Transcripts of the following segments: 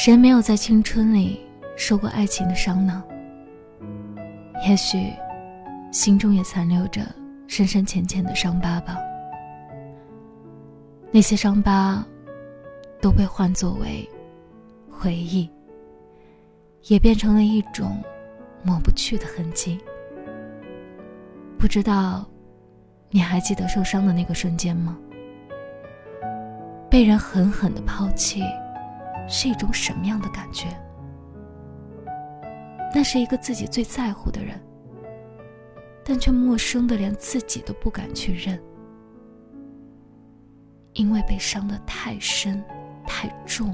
谁没有在青春里受过爱情的伤呢？也许心中也残留着深深浅浅的伤疤吧。那些伤疤都被换作为回忆，也变成了一种抹不去的痕迹。不知道你还记得受伤的那个瞬间吗？被人狠狠地抛弃是一种什么样的感觉？那是一个自己最在乎的人，但却陌生的连自己都不敢去认，因为被伤得太深太重。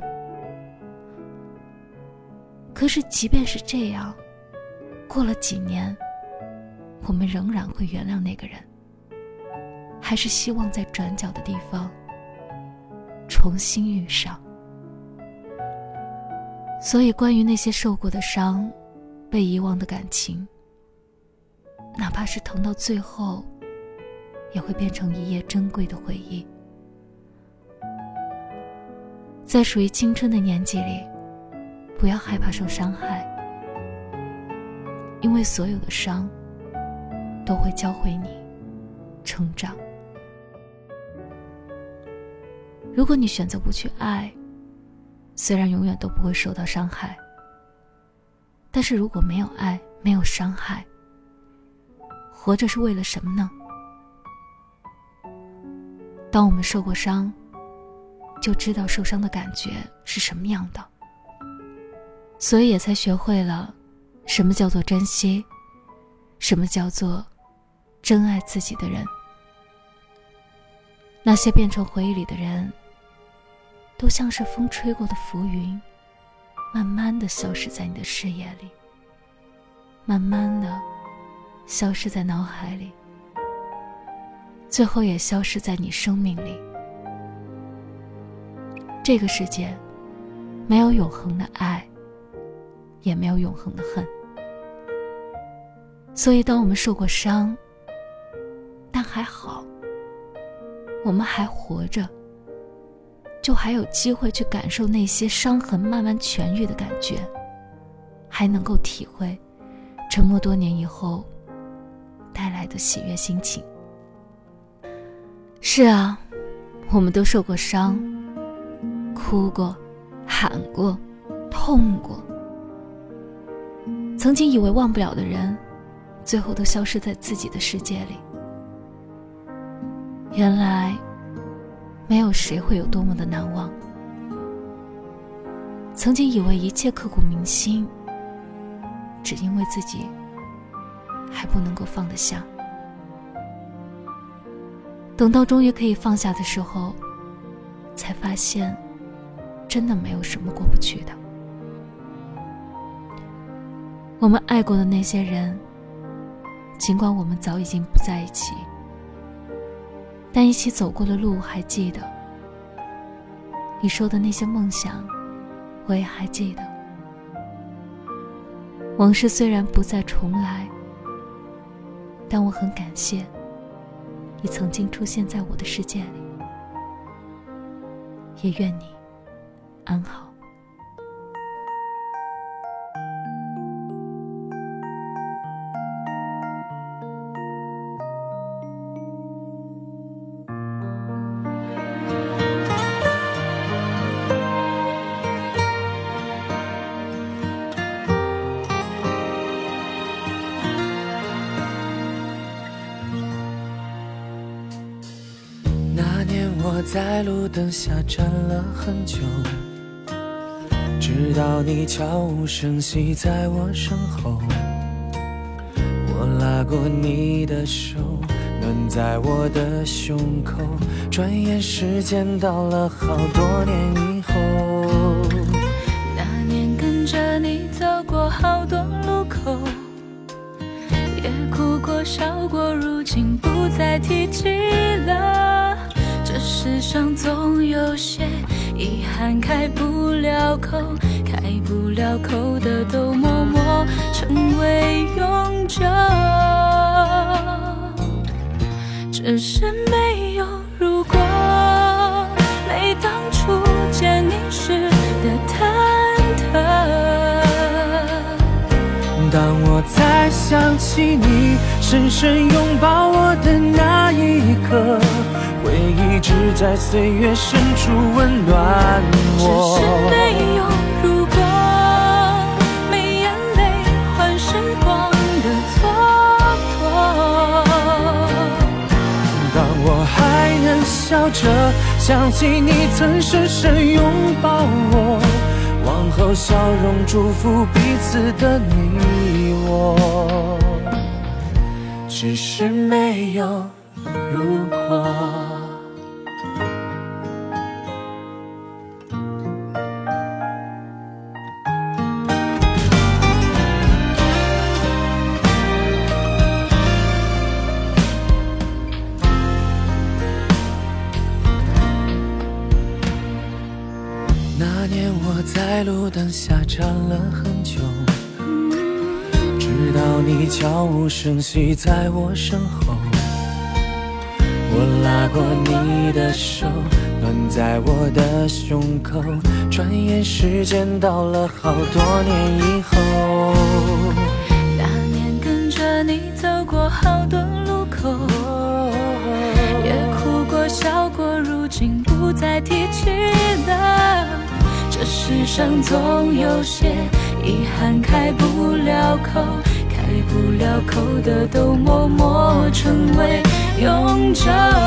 可是即便是这样，过了几年，我们仍然会原谅那个人，还是希望在转角的地方重新遇上。所以关于那些受过的伤，被遗忘的感情，哪怕是疼到最后，也会变成一页珍贵的回忆。在属于青春的年纪里，不要害怕受伤害，因为所有的伤都会教会你成长。如果你选择不去爱，虽然永远都不会受到伤害，但是如果没有爱，没有伤害，活着是为了什么呢？当我们受过伤，就知道受伤的感觉是什么样的，所以也才学会了什么叫做珍惜，什么叫做真爱自己的人。那些变成回忆里的人，都像是风吹过的浮云，慢慢地消失在你的视野里，慢慢地消失在脑海里，最后也消失在你生命里。这个世界没有永恒的爱，也没有永恒的恨。所以当我们受过伤，但还好我们还活着，就还有机会去感受那些伤痕慢慢痊愈的感觉，还能够体会沉默多年以后带来的喜悦心情。是啊，我们都受过伤，哭过，喊过，痛过。曾经以为忘不了的人，最后都消失在自己的世界里。原来没有谁会有多么的难忘。曾经以为一切刻骨铭心，只因为自己还不能够放得下。等到终于可以放下的时候，才发现真的没有什么过不去的。我们爱过的那些人，尽管我们早已经不在一起，但一起走过的路还记得，你说的那些梦想我也还记得。往事虽然不再重来，但我很感谢你曾经出现在我的世界里，也愿你安好。 我在路灯下站了很久，直到你悄无声息在我身后。我拉过你的手，暖在我的胸口。转眼时间到了好多年以后， 那年跟着你走过好多路口，也哭过笑过，如今不再提起了。这世上总有些遗憾开不了口，开不了口的都默默成为永久。只是没有如果，没当初见你时的坦想起你深深拥抱我的那一刻，回忆只在岁月深处温暖我。 只是没有如果，没眼泪换时光的蹉跎。 当我还能笑着想起你曾深深拥抱我，往后笑容祝福彼此的你我，只是没有如果。那年我在路灯下站了很久，直到你悄无声息在我身后，我拉过你的手，暖在我的胸口，转眼时间到了好多年以后。 那年跟着你走过好多路口，也哭过笑过，如今不再提起了。这世上总有些遗憾开不了口，开不了口的都默默成为永久。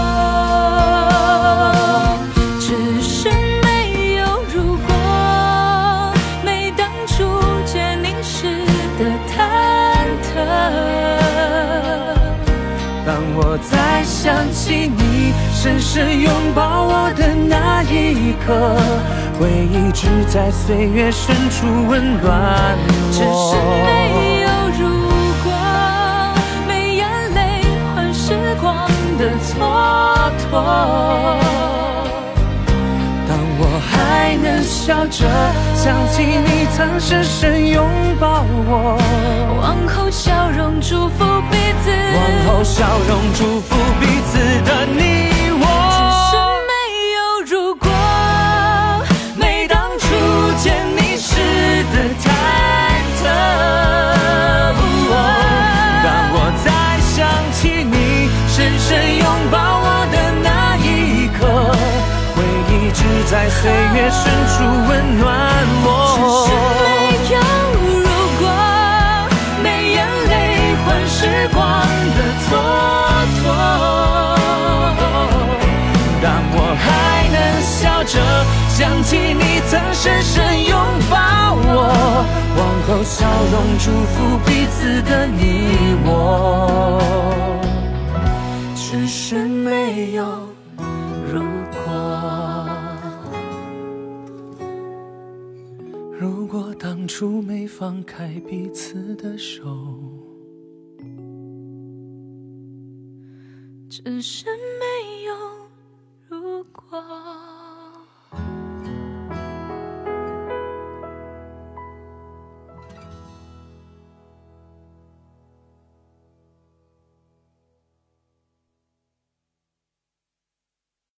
只是没有如果，没当初见你时的忐忑。 当我再想起你深深拥抱我的那一刻，回忆只在岁月深处温暖我。 只是没有如果，没眼泪换时光的蹉跎。 当我还能笑着想起你曾深深拥抱我， 往后笑容祝福彼此， 往后笑容祝福彼此的你我。 只是没有如果，没当初见你时的忐忑。 当我再想起你深深拥抱我的那一刻，回忆只在岁月深处温暖我。 只是没有如果，没眼泪换时光的蹉跎。 当我还能笑着想起你曾深深拥抱我，往后笑容祝福彼此的你我，只是没有如果。如果当初没放开彼此的手， 只是